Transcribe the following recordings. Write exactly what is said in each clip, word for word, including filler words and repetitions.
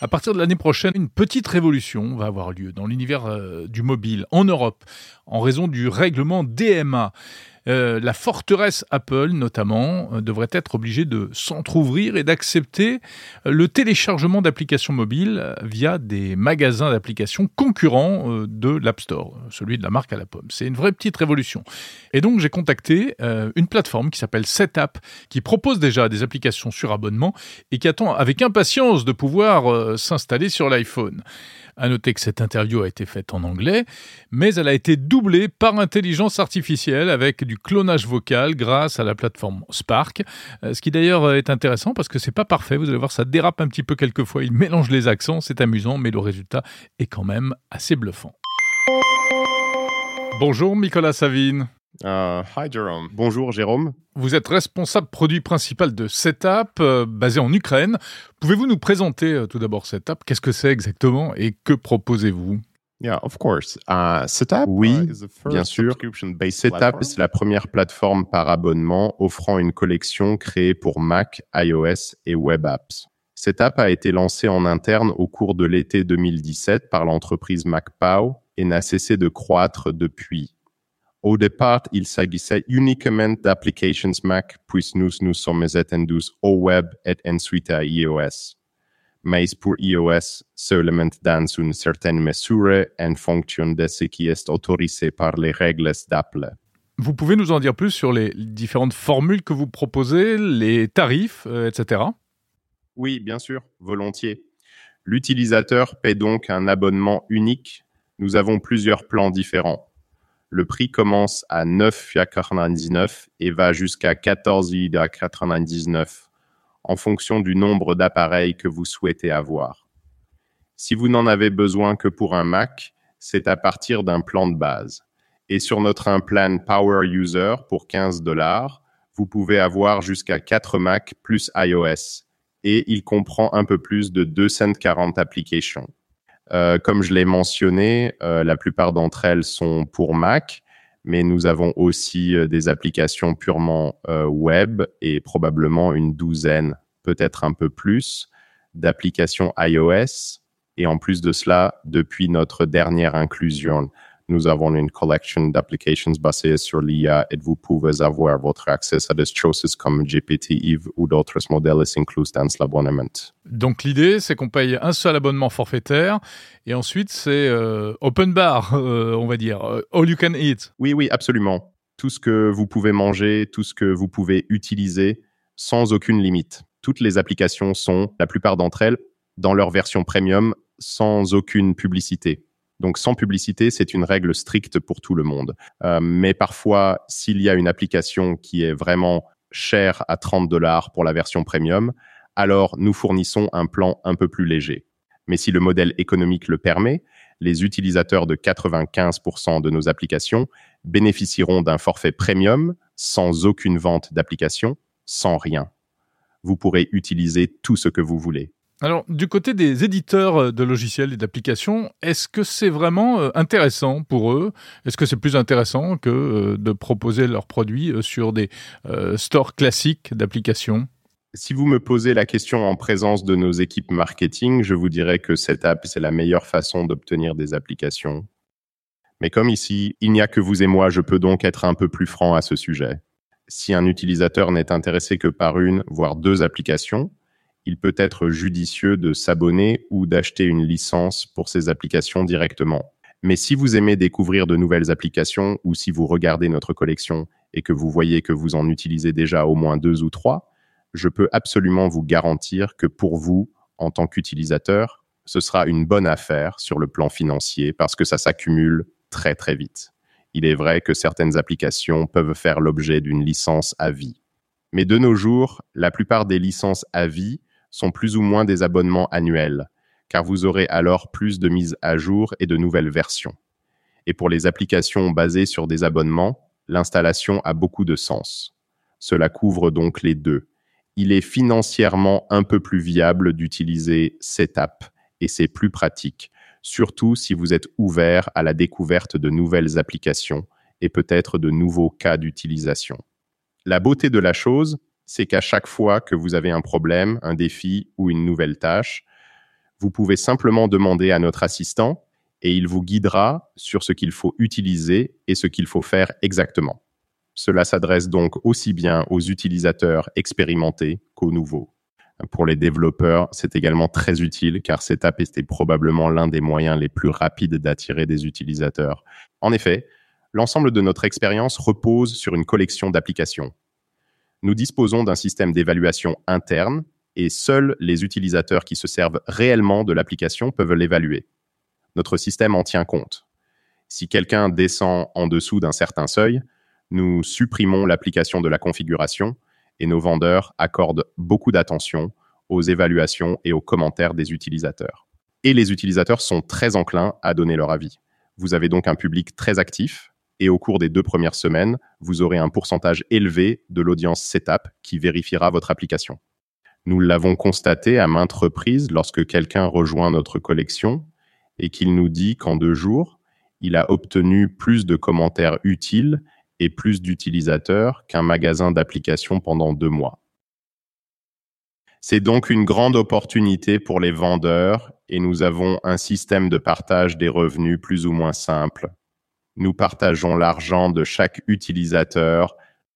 À partir de l'année prochaine, une petite révolution va avoir lieu dans l'univers euh, du mobile en Europe, en raison du règlement D M A. Euh, la forteresse Apple, notamment, euh, devrait être obligée de s'entrouvrir et d'accepter euh, le téléchargement d'applications mobiles euh, via des magasins d'applications concurrents euh, de l'App Store, celui de la marque à la pomme. C'est une vraie petite révolution. Et donc, j'ai contacté euh, une plateforme qui s'appelle Setapp, qui propose déjà des applications sur abonnement et qui attend avec impatience de pouvoir euh, s'installer sur l'iPhone. À noter que cette interview a été faite en anglais, mais elle a été doublée par intelligence artificielle avec du clonage vocal grâce à la plateforme Spark. Ce qui d'ailleurs est intéressant parce que c'est pas parfait. Vous allez voir, ça dérape un petit peu quelquefois. Il mélange les accents, c'est amusant, mais le résultat est quand même assez bluffant. Bonjour Nicolas Savine. Uh, hi Jérôme. Bonjour Jérôme. Vous êtes responsable produit principal de Setapp, euh, basé en Ukraine. Pouvez-vous nous présenter euh, tout d'abord Setapp ? Qu'est-ce que c'est exactement et que proposez-vous ? Yeah, of course. Uh, Setapp, oui, uh, bien sûr. Setapp, c'est la première plateforme par abonnement offrant une collection créée pour Mac, iOS et Web Apps. Setapp a été lancé en interne au cours de l'été deux mille dix-sept par l'entreprise MacPow et n'a cessé de croître depuis. Au départ, il s'agissait uniquement d'applications Mac, puis nous nous sommes étendus au web et ensuite à iOS. Mais pour iOS, seulement dans une certaine mesure en fonction de ce qui est autorisé par les règles d'Apple. Vous pouvez nous en dire plus sur les différentes formules que vous proposez, les tarifs, euh, et cetera. Oui, bien sûr, volontiers. L'utilisateur paie donc un abonnement unique. Nous avons plusieurs plans différents. Le prix commence à neuf virgule quatre-vingt-dix-neuf et va jusqu'à quatorze virgule quatre-vingt-dix-neuf en fonction du nombre d'appareils que vous souhaitez avoir. Si vous n'en avez besoin que pour un Mac, c'est à partir d'un plan de base. Et sur notre plan Power User pour quinze dollars, vous pouvez avoir jusqu'à quatre Macs plus iOS. Et il comprend un peu plus de deux cent quarante applications. Euh, comme je l'ai mentionné, euh, la plupart d'entre elles sont pour Mac, mais nous avons aussi euh, des applications purement euh, web et probablement une douzaine, peut-être un peu plus, d'applications iOS. Et en plus de cela, depuis notre dernière inclusion, nous avons une collection d'applications basées sur l'I A et vous pouvez avoir votre accès à des choses comme G P T, Eve ou d'autres modèles inclus dans l'abonnement. Donc l'idée, c'est qu'on paye un seul abonnement forfaitaire et ensuite c'est euh, open bar, euh, on va dire, euh, all you can eat. Oui, oui, absolument. Tout ce que vous pouvez manger, tout ce que vous pouvez utiliser sans aucune limite. Toutes les applications sont, la plupart d'entre elles, dans leur version premium, sans aucune publicité. Donc, sans publicité, c'est une règle stricte pour tout le monde. Euh, mais parfois, s'il y a une application qui est vraiment chère à trente dollars pour la version premium, alors nous fournissons un plan un peu plus léger. Mais si le modèle économique le permet, les utilisateurs de quatre-vingt-quinze pour cent de nos applications bénéficieront d'un forfait premium sans aucune vente d'application, sans rien. Vous pourrez utiliser tout ce que vous voulez. Alors, du côté des éditeurs de logiciels et d'applications, est-ce que c'est vraiment euh, intéressant pour eux ? Est-ce que c'est plus intéressant que euh, de proposer leurs produits euh, sur des euh, stores classiques d'applications ? Si vous me posez la question en présence de nos équipes marketing, je vous dirais que Setapp, c'est la meilleure façon d'obtenir des applications. Mais comme ici, il n'y a que vous et moi, je peux donc être un peu plus franc à ce sujet. Si un utilisateur n'est intéressé que par une, voire deux applications, il peut être judicieux de s'abonner ou d'acheter une licence pour ces applications directement. Mais si vous aimez découvrir de nouvelles applications ou si vous regardez notre collection et que vous voyez que vous en utilisez déjà au moins deux ou trois, je peux absolument vous garantir que pour vous, en tant qu'utilisateur, ce sera une bonne affaire sur le plan financier parce que ça s'accumule très très vite. Il est vrai que certaines applications peuvent faire l'objet d'une licence à vie. Mais de nos jours, la plupart des licences à vie sont plus ou moins des abonnements annuels, car vous aurez alors plus de mises à jour et de nouvelles versions. Et pour les applications basées sur des abonnements, l'installation a beaucoup de sens. Cela couvre donc les deux. Il est financièrement un peu plus viable d'utiliser Setapp et c'est plus pratique, surtout si vous êtes ouvert à la découverte de nouvelles applications et peut-être de nouveaux cas d'utilisation. La beauté de la chose, c'est qu'à chaque fois que vous avez un problème, un défi ou une nouvelle tâche, Vous pouvez simplement demander à notre assistant et il vous guidera sur ce qu'il faut utiliser et ce qu'il faut faire exactement. Cela s'adresse donc aussi bien aux utilisateurs expérimentés qu'aux nouveaux. Pour les développeurs, c'est également très utile car cette app était probablement l'un des moyens les plus rapides d'attirer des utilisateurs. En effet, l'ensemble de notre expérience repose sur une collection d'applications. Nous disposons d'un système d'évaluation interne et seuls les utilisateurs qui se servent réellement de l'application peuvent l'évaluer. Notre système en tient compte. Si quelqu'un descend en dessous d'un certain seuil, nous supprimons l'application de la configuration et nos vendeurs accordent beaucoup d'attention aux évaluations et aux commentaires des utilisateurs. Et les utilisateurs sont très enclins à donner leur avis. Vous avez donc un public très actif et au cours des deux premières semaines, vous aurez un pourcentage élevé de l'audience setup qui vérifiera votre application. Nous l'avons constaté à maintes reprises lorsque quelqu'un rejoint notre collection et qu'il nous dit qu'en deux jours, il a obtenu plus de commentaires utiles et plus d'utilisateurs qu'un magasin d'applications pendant deux mois. C'est donc une grande opportunité pour les vendeurs et nous avons un système de partage des revenus plus ou moins simple. Nous partageons l'argent de chaque utilisateur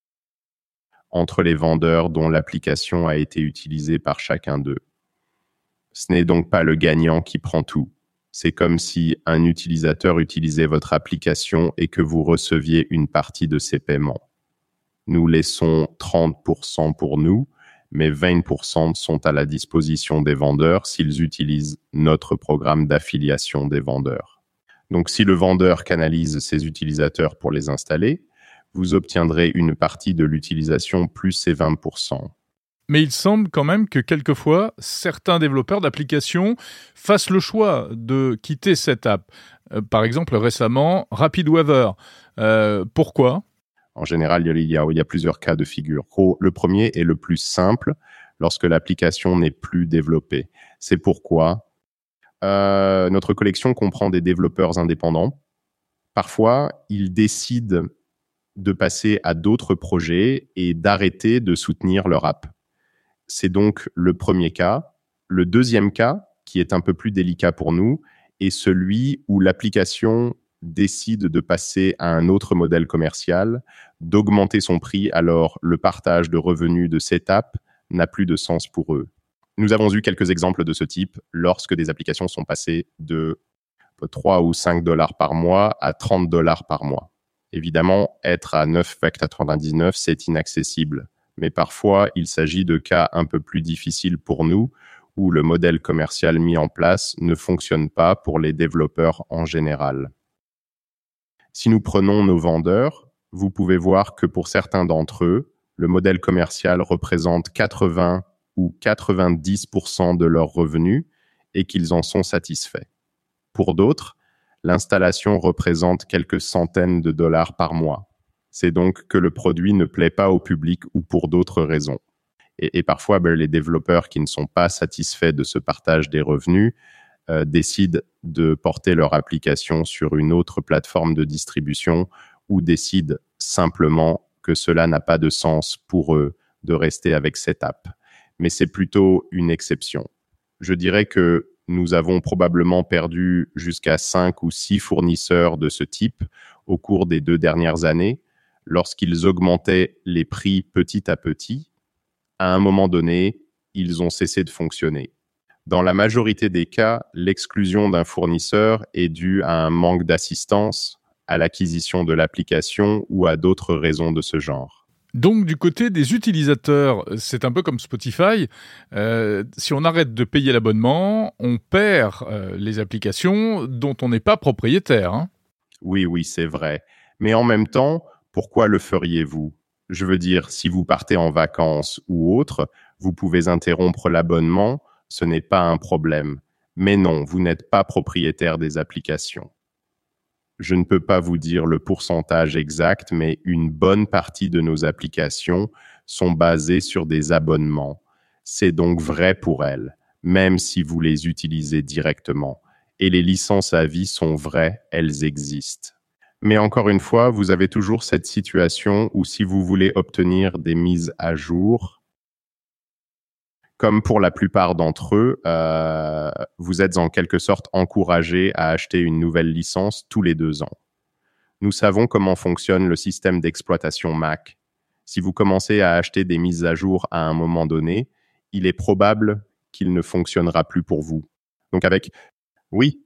entre les vendeurs dont l'application a été utilisée par chacun d'eux. Ce n'est donc pas le gagnant qui prend tout. C'est comme si un utilisateur utilisait votre application et que vous receviez une partie de ses paiements. Nous laissons trente pour cent pour nous, mais vingt pour cent sont à la disposition des vendeurs s'ils utilisent notre programme d'affiliation des vendeurs. Donc, si le vendeur canalise ses utilisateurs pour les installer, vous obtiendrez une partie de l'utilisation plus ces vingt pour cent. Mais il semble quand même que quelquefois, certains développeurs d'applications fassent le choix de quitter cette app. Euh, par exemple, récemment, RapidWeather. Euh, pourquoi ? En général, il y, a, il y a plusieurs cas de figure. Le premier est le plus simple lorsque l'application n'est plus développée. C'est pourquoi euh, notre collection comprend des développeurs indépendants. Parfois, ils décident de passer à d'autres projets et d'arrêter de soutenir leur app. C'est donc le premier cas. Le deuxième cas, qui est un peu plus délicat pour nous, est celui où l'application décide de passer à un autre modèle commercial, d'augmenter son prix, alors le partage de revenus de cette app n'a plus de sens pour eux. Nous avons eu quelques exemples de ce type lorsque des applications sont passées de trois ou cinq dollars par mois à trente dollars par mois. Évidemment, être à neuf virgule quatre-vingt-dix-neuf, c'est inaccessible. Mais parfois, il s'agit de cas un peu plus difficiles pour nous, où le modèle commercial mis en place ne fonctionne pas pour les développeurs en général. Si nous prenons nos vendeurs, vous pouvez voir que pour certains d'entre eux, le modèle commercial représente quatre-vingts ou quatre-vingt-dix pour cent de leurs revenus et qu'ils en sont satisfaits. Pour d'autres, l'installation représente quelques centaines de dollars par mois. C'est donc que le produit ne plaît pas au public ou pour d'autres raisons. Et, et parfois, ben, les développeurs qui ne sont pas satisfaits de ce partage des revenus euh, décident de porter leur application sur une autre plateforme de distribution ou décident simplement que cela n'a pas de sens pour eux de rester avec cette app. Mais c'est plutôt une exception. Je dirais que nous avons probablement perdu jusqu'à cinq ou six fournisseurs de ce type au cours des deux dernières années, lorsqu'ils augmentaient les prix petit à petit. À un moment donné, ils ont cessé de fonctionner. Dans la majorité des cas, l'exclusion d'un fournisseur est due à un manque d'assistance, à l'acquisition de l'application ou à d'autres raisons de ce genre. Donc, du côté des utilisateurs, c'est un peu comme Spotify. Euh, si on arrête de payer l'abonnement, on perd euh, les applications dont on n'est pas propriétaire. Hein. Oui, oui, c'est vrai. Mais en même temps, pourquoi le feriez-vous ? Je veux dire, si vous partez en vacances ou autre, vous pouvez interrompre l'abonnement, ce n'est pas un problème. Mais non, vous n'êtes pas propriétaire des applications. Je ne peux pas vous dire le pourcentage exact, mais une bonne partie de nos applications sont basées sur des abonnements. C'est donc vrai pour elles, même si vous les utilisez directement. Et les licences à vie sont vraies, elles existent. Mais encore une fois, vous avez toujours cette situation où si vous voulez obtenir des mises à jour Comme pour la plupart d'entre eux, euh, vous êtes en quelque sorte encouragé à acheter une nouvelle licence tous les deux ans. Nous savons comment fonctionne le système d'exploitation Mac. Si vous commencez à acheter des mises à jour à un moment donné, il est probable qu'il ne fonctionnera plus pour vous. Donc avec, oui,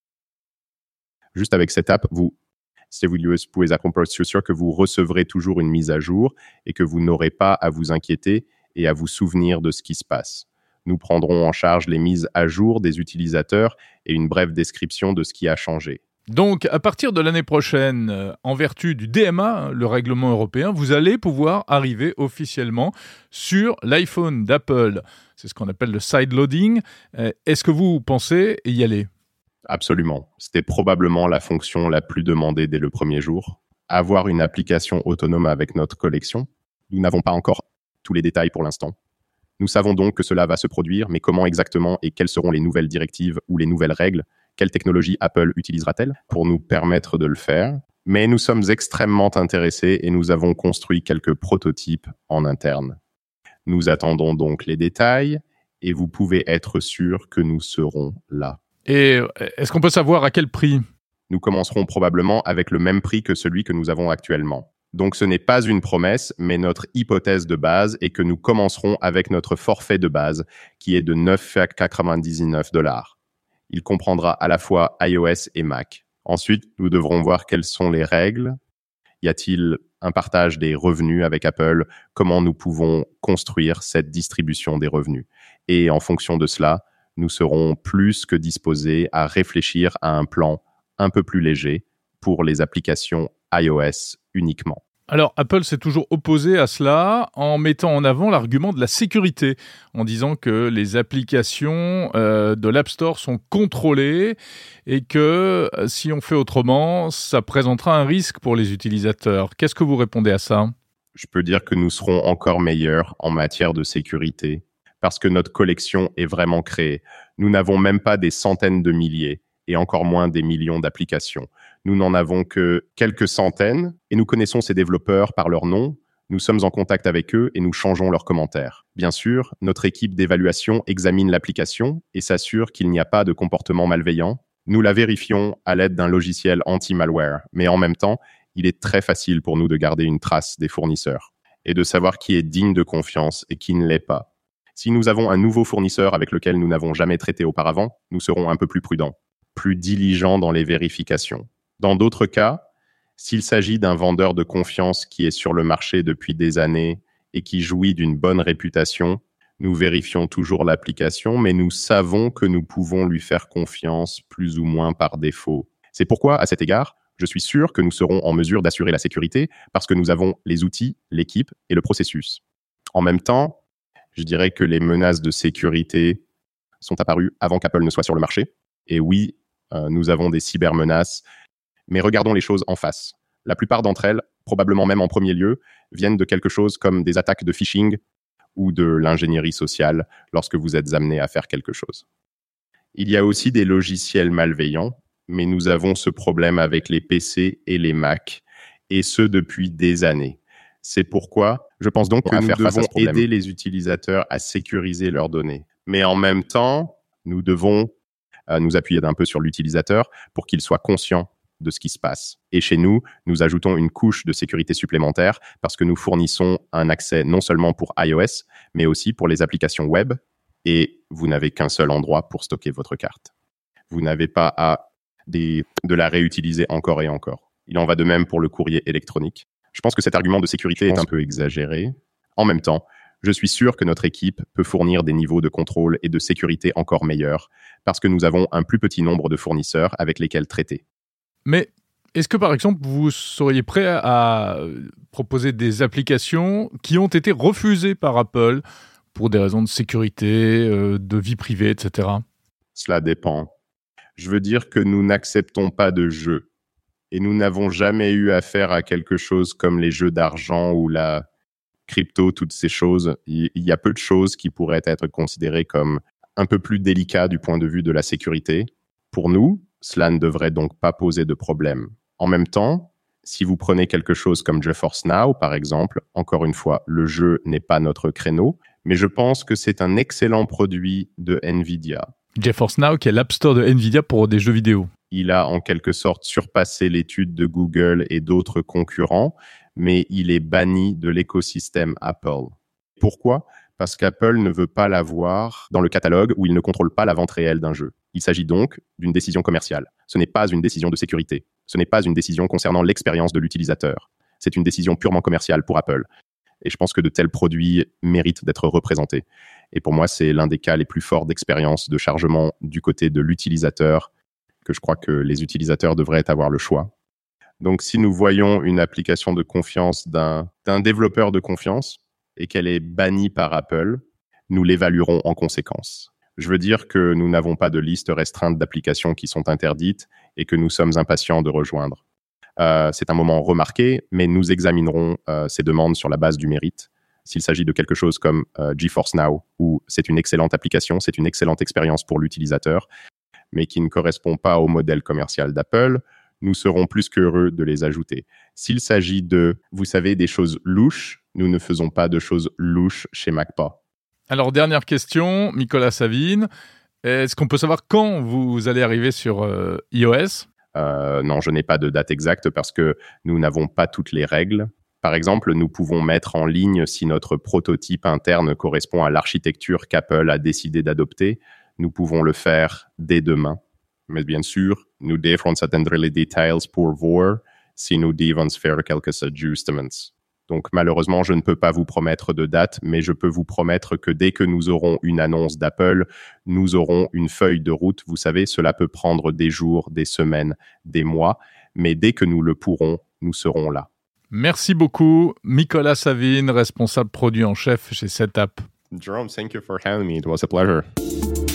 juste avec cette app, vous, si vous pouvez être sûr que vous recevrez toujours une mise à jour et que vous n'aurez pas à vous inquiéter et à vous souvenir de ce qui se passe. Nous prendrons en charge les mises à jour des utilisateurs et une brève description de ce qui a changé. Donc, à partir de l'année prochaine, euh, en vertu du D M A, le règlement européen, vous allez pouvoir arriver officiellement sur l'iPhone d'Apple. C'est ce qu'on appelle le sideloading. Euh, est-ce que vous pensez y aller ? Absolument. C'était probablement la fonction la plus demandée dès le premier jour. Avoir une application autonome avec notre collection. Nous n'avons pas encore tous les détails pour l'instant. Nous savons donc que cela va se produire, mais comment exactement et quelles seront les nouvelles directives ou les nouvelles règles ? Quelle technologie Apple utilisera-t-elle pour nous permettre de le faire ? Mais nous sommes extrêmement intéressés et nous avons construit quelques prototypes en interne. Nous attendons donc les détails et vous pouvez être sûr que nous serons là. Et est-ce qu'on peut savoir à quel prix ? Nous commencerons probablement avec le même prix que celui que nous avons actuellement. Donc ce n'est pas une promesse, mais notre hypothèse de base est que nous commencerons avec notre forfait de base qui est de neuf virgule quatre-vingt-dix-neuf dollars. Il comprendra à la fois iOS et Mac. Ensuite, nous devrons voir quelles sont les règles. Y a-t-il un partage des revenus avec Apple ? Comment nous pouvons construire cette distribution des revenus ? Et en fonction de cela, nous serons plus que disposés à réfléchir à un plan un peu plus léger pour les applications iOS uniquement. Alors, Apple s'est toujours opposé à cela en mettant en avant l'argument de la sécurité, en disant que les applications euh, de l'App Store sont contrôlées et que euh, si on fait autrement, ça présentera un risque pour les utilisateurs. Qu'est-ce que vous répondez à ça ? Je peux dire que nous serons encore meilleurs en matière de sécurité parce que notre collection est vraiment créée. Nous n'avons même pas des centaines de milliers et encore moins des millions d'applications. Nous n'en avons que quelques centaines et nous connaissons ces développeurs par leur nom. Nous sommes en contact avec eux et nous changeons leurs commentaires. Bien sûr, notre équipe d'évaluation examine l'application et s'assure qu'il n'y a pas de comportement malveillant. Nous la vérifions à l'aide d'un logiciel anti-malware, mais en même temps, il est très facile pour nous de garder une trace des fournisseurs et de savoir qui est digne de confiance et qui ne l'est pas. Si nous avons un nouveau fournisseur avec lequel nous n'avons jamais traité auparavant, nous serons un peu plus prudents, plus diligents dans les vérifications. Dans d'autres cas, s'il s'agit d'un vendeur de confiance qui est sur le marché depuis des années et qui jouit d'une bonne réputation, nous vérifions toujours l'application, mais nous savons que nous pouvons lui faire confiance plus ou moins par défaut. C'est pourquoi, à cet égard, je suis sûr que nous serons en mesure d'assurer la sécurité parce que nous avons les outils, l'équipe et le processus. En même temps, je dirais que les menaces de sécurité sont apparues avant qu'Apple ne soit sur le marché. Et oui, euh, nous avons des cybermenaces. Mais regardons les choses en face. La plupart d'entre elles, probablement même en premier lieu, viennent de quelque chose comme des attaques de phishing ou de l'ingénierie sociale lorsque vous êtes amené à faire quelque chose. Il y a aussi des logiciels malveillants, mais nous avons ce problème avec les P C et les Mac, et ce depuis des années. C'est pourquoi je pense donc que nous devons aider les utilisateurs à sécuriser leurs données. Mais en même temps, nous devons euh, nous appuyer un peu sur l'utilisateur pour qu'il soit conscient de ce qui se passe. Et chez nous, nous ajoutons une couche de sécurité supplémentaire parce que nous fournissons un accès non seulement pour iOS, mais aussi pour les applications web. Et vous n'avez qu'un seul endroit pour stocker votre carte. Vous n'avez pas à des, de la réutiliser encore et encore. Il en va de même pour le courrier électronique. Je pense que cet argument de sécurité est un peu exagéré. En même temps, je suis sûr que notre équipe peut fournir des niveaux de contrôle et de sécurité encore meilleurs parce que nous avons un plus petit nombre de fournisseurs avec lesquels traiter. Mais est-ce que, par exemple, vous seriez prêt à proposer des applications qui ont été refusées par Apple pour des raisons de sécurité, de vie privée, et cetera ? Cela dépend. Je veux dire que nous n'acceptons pas de jeux. Et nous n'avons jamais eu affaire à quelque chose comme les jeux d'argent ou la crypto, toutes ces choses. Il y a peu de choses qui pourraient être considérées comme un peu plus délicates du point de vue de la sécurité. Pour nous, cela ne devrait donc pas poser de problème. En même temps, si vous prenez quelque chose comme GeForce Now, par exemple, encore une fois, le jeu n'est pas notre créneau, mais je pense que c'est un excellent produit de NVIDIA. GeForce Now, qui est l'App Store de NVIDIA pour des jeux vidéo. Il a en quelque sorte surpassé l'étude de Google et d'autres concurrents, mais il est banni de l'écosystème Apple. Pourquoi ? Parce qu'Apple ne veut pas l'avoir dans le catalogue où il ne contrôle pas la vente réelle d'un jeu. Il s'agit donc d'une décision commerciale. Ce n'est pas une décision de sécurité. Ce n'est pas une décision concernant l'expérience de l'utilisateur. C'est une décision purement commerciale pour Apple. Et je pense que de tels produits méritent d'être représentés. Et pour moi, c'est l'un des cas les plus forts d'expérience de chargement du côté de l'utilisateur, que je crois que les utilisateurs devraient avoir le choix. Donc, si nous voyons une application de confiance d'un, d'un développeur de confiance et qu'elle est bannie par Apple, nous l'évaluerons en conséquence. Je veux dire que nous n'avons pas de liste restreinte d'applications qui sont interdites et que nous sommes impatients de rejoindre. Euh, c'est un moment remarqué, mais nous examinerons euh, ces demandes sur la base du mérite. S'il s'agit de quelque chose comme euh, GeForce Now, où c'est une excellente application, c'est une excellente expérience pour l'utilisateur, mais qui ne correspond pas au modèle commercial d'Apple, nous serons plus qu'heureux de les ajouter. S'il s'agit de, vous savez, des choses louches, nous ne faisons pas de choses louches chez MacPa. Alors, dernière question, Nicolas Savine. Est-ce qu'on peut savoir quand vous allez arriver sur euh, iOS ? euh, Non, je n'ai pas de date exacte parce que nous n'avons pas toutes les règles. Par exemple, nous pouvons mettre en ligne si notre prototype interne correspond à l'architecture qu'Apple a décidé d'adopter. Nous pouvons le faire dès demain. Mais bien sûr, nous devrons attendre les détails pour voir si nous devons faire quelques ajustements. Donc malheureusement, je ne peux pas vous promettre de date, mais je peux vous promettre que dès que nous aurons une annonce d'Apple, nous aurons une feuille de route. Vous savez, cela peut prendre des jours, des semaines, des mois, mais dès que nous le pourrons, nous serons là. Merci beaucoup, Nicolas Savine, responsable produit en chef chez Setapp. Jerome, thank you for having me. It was a pleasure.